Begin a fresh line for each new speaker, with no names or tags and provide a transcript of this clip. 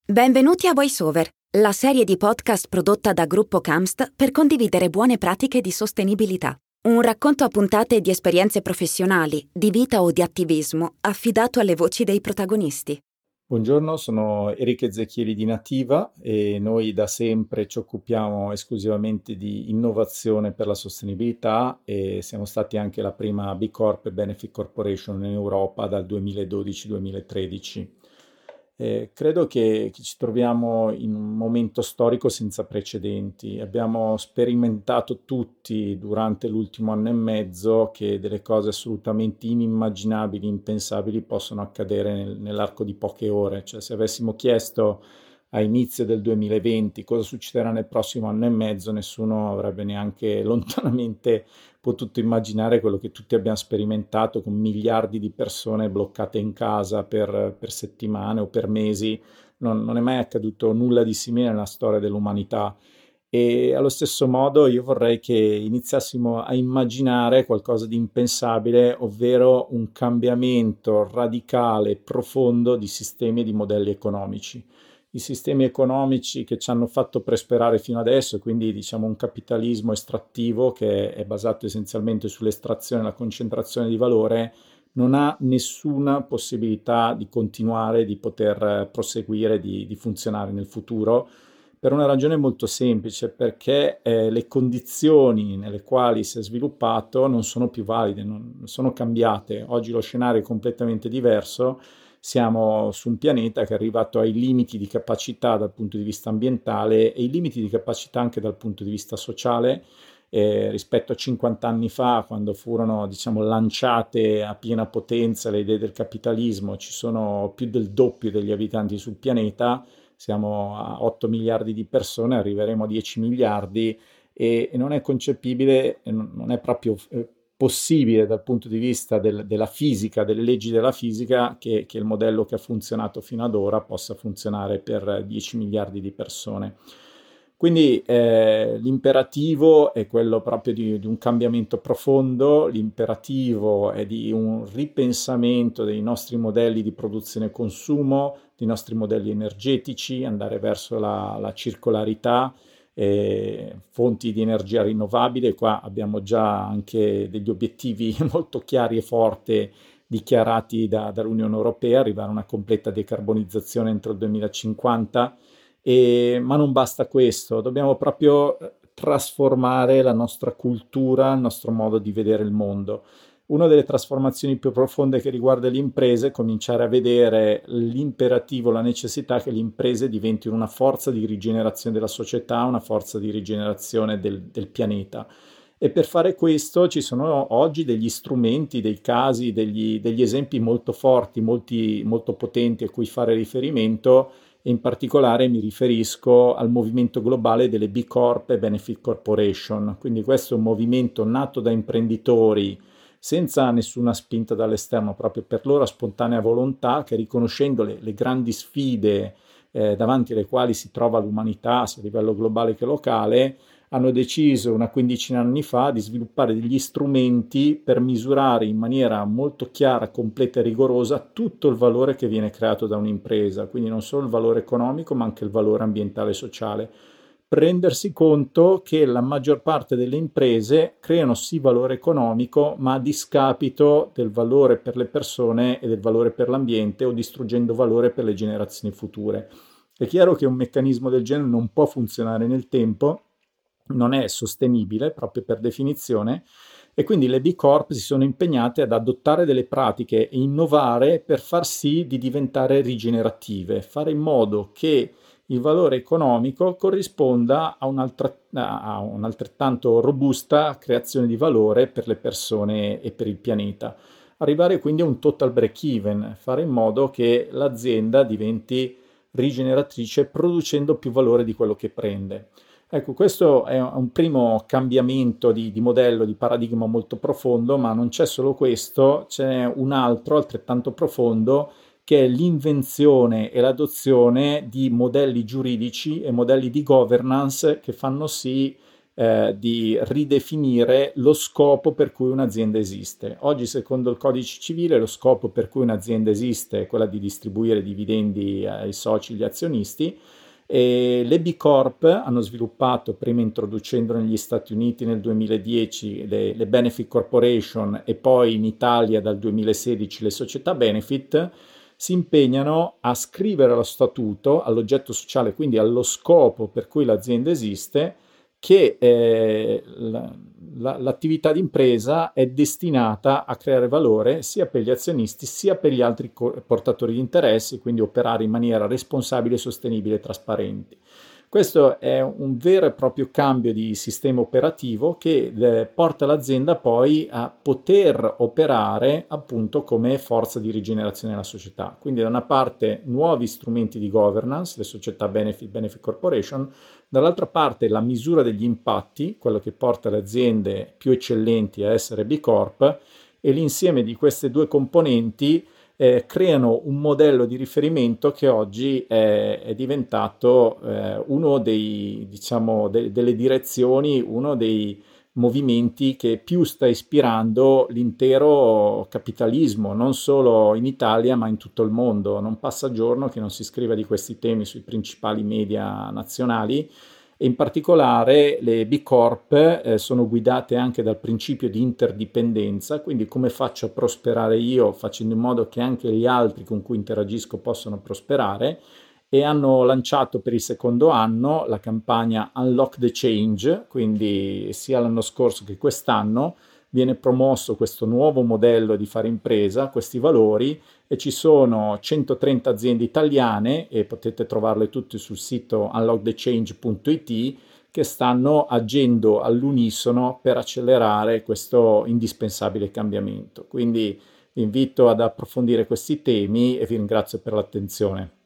Benvenuti a VoiceOver, la serie di podcast prodotta da Gruppo Camst per condividere buone pratiche di sostenibilità. Un racconto a puntate di esperienze professionali, di vita o di attivismo, affidato alle voci dei protagonisti.
Buongiorno, sono Eric Ezechieli di Nativa e noi da sempre ci occupiamo esclusivamente di innovazione per la sostenibilità e siamo stati anche la prima B Corp e Benefit Corporation in Europa dal 2012-2013. Credo che ci troviamo in un momento storico senza precedenti. Abbiamo sperimentato tutti durante l'ultimo anno e mezzo che delle cose assolutamente inimmaginabili, impensabili possono accadere nell'arco di poche ore. Cioè, se avessimo chiesto a inizio del 2020 cosa succederà nel prossimo anno e mezzo, nessuno avrebbe neanche lontanamente potuto immaginare quello che tutti abbiamo sperimentato con miliardi di persone bloccate in casa per settimane o per mesi. Non è mai accaduto nulla di simile nella storia dell'umanità. E allo stesso modo io vorrei che iniziassimo a immaginare qualcosa di impensabile, ovvero un cambiamento radicale, profondo di sistemi e di modelli economici. I sistemi economici che ci hanno fatto prosperare fino adesso, quindi diciamo un capitalismo estrattivo che è basato essenzialmente sull'estrazione e la concentrazione di valore, non ha nessuna possibilità di continuare, di poter proseguire, di funzionare nel futuro, per una ragione molto semplice, perché le condizioni nelle quali si è sviluppato non sono più valide, non sono cambiate. Oggi lo scenario è completamente diverso. Siamo su un pianeta che è arrivato ai limiti di capacità dal punto di vista ambientale e ai limiti di capacità anche dal punto di vista sociale. Rispetto a 50 anni fa, quando furono, diciamo, lanciate a piena potenza le idee del capitalismo, ci sono più del doppio degli abitanti sul pianeta, siamo a 8 miliardi di persone, arriveremo a 10 miliardi e non è concepibile, non è proprio possibile dal punto di vista della fisica, delle leggi della fisica, che il modello che ha funzionato fino ad ora possa funzionare per 10 miliardi di persone. Quindi l'imperativo è quello proprio di un cambiamento profondo, l'imperativo è di un ripensamento dei nostri modelli di produzione e consumo, dei nostri modelli energetici, andare verso la circolarità, fonti di energia rinnovabile. Qua abbiamo già anche degli obiettivi molto chiari e forti dichiarati dall'Unione Europea, arrivare a una completa decarbonizzazione entro il 2050. Ma non basta questo, dobbiamo proprio trasformare la nostra cultura, il nostro modo di vedere il mondo. Una delle trasformazioni più profonde che riguarda le imprese è cominciare a vedere l'imperativo, la necessità che le imprese diventino una forza di rigenerazione della società, una forza di rigenerazione del pianeta. E per fare questo ci sono oggi degli strumenti, dei casi, degli esempi molto forti, molto potenti a cui fare riferimento. E in particolare mi riferisco al movimento globale delle B Corp e Benefit Corporation. Quindi questo è un movimento nato da imprenditori senza nessuna spinta dall'esterno, proprio per loro spontanea volontà, che riconoscendo le grandi sfide davanti alle quali si trova l'umanità, sia a livello globale che locale, hanno deciso una quindicina di anni fa di sviluppare degli strumenti per misurare in maniera molto chiara, completa e rigorosa tutto il valore che viene creato da un'impresa, quindi non solo il valore economico ma anche il valore ambientale e sociale. Rendersi conto che la maggior parte delle imprese creano sì valore economico, ma a discapito del valore per le persone e del valore per l'ambiente, o distruggendo valore per le generazioni future. È chiaro che un meccanismo del genere non può funzionare nel tempo, non è sostenibile proprio per definizione, e quindi le B Corp si sono impegnate ad adottare delle pratiche e innovare per far sì di diventare rigenerative, fare in modo che il valore economico corrisponda a un'altrettanto robusta creazione di valore per le persone e per il pianeta. Arrivare quindi a un total break-even, fare in modo che l'azienda diventi rigeneratrice producendo più valore di quello che prende. Ecco, questo è un primo cambiamento di modello, di paradigma molto profondo, ma non c'è solo questo, c'è un altro altrettanto profondo, che è l'invenzione e l'adozione di modelli giuridici e modelli di governance che fanno sì di ridefinire lo scopo per cui un'azienda esiste. Oggi, secondo il codice civile, lo scopo per cui un'azienda esiste è quella di distribuire dividendi ai soci, agli azionisti, e le B Corp hanno sviluppato, prima introducendo negli Stati Uniti nel 2010 le Benefit Corporation e poi in Italia dal 2016 le società Benefit, si impegnano a scrivere allo statuto, all'oggetto sociale, quindi allo scopo per cui l'azienda esiste, che l'attività d'impresa è destinata a creare valore sia per gli azionisti sia per gli altri portatori di interessi, quindi operare in maniera responsabile, sostenibile e trasparente. Questo è un vero e proprio cambio di sistema operativo che porta l'azienda poi a poter operare appunto come forza di rigenerazione della società. Quindi da una parte nuovi strumenti di governance, le società Benefit Corporation, dall'altra parte la misura degli impatti, quello che porta le aziende più eccellenti a essere B Corp, e l'insieme di queste due componenti creano un modello di riferimento che oggi è diventato uno dei, diciamo, delle direzioni, uno dei movimenti che più sta ispirando l'intero capitalismo, non solo in Italia ma in tutto il mondo. Non passa giorno che non si scriva di questi temi sui principali media nazionali. E in particolare le B Corp sono guidate anche dal principio di interdipendenza, quindi come faccio a prosperare io facendo in modo che anche gli altri con cui interagisco possano prosperare, e hanno lanciato per il secondo anno la campagna Unlock the Change, quindi sia l'anno scorso che quest'anno viene promosso questo nuovo modello di fare impresa, questi valori, e ci sono 130 aziende italiane, e potete trovarle tutte sul sito unlockthechange.it, che stanno agendo all'unisono per accelerare questo indispensabile cambiamento. Quindi vi invito ad approfondire questi temi e vi ringrazio per l'attenzione.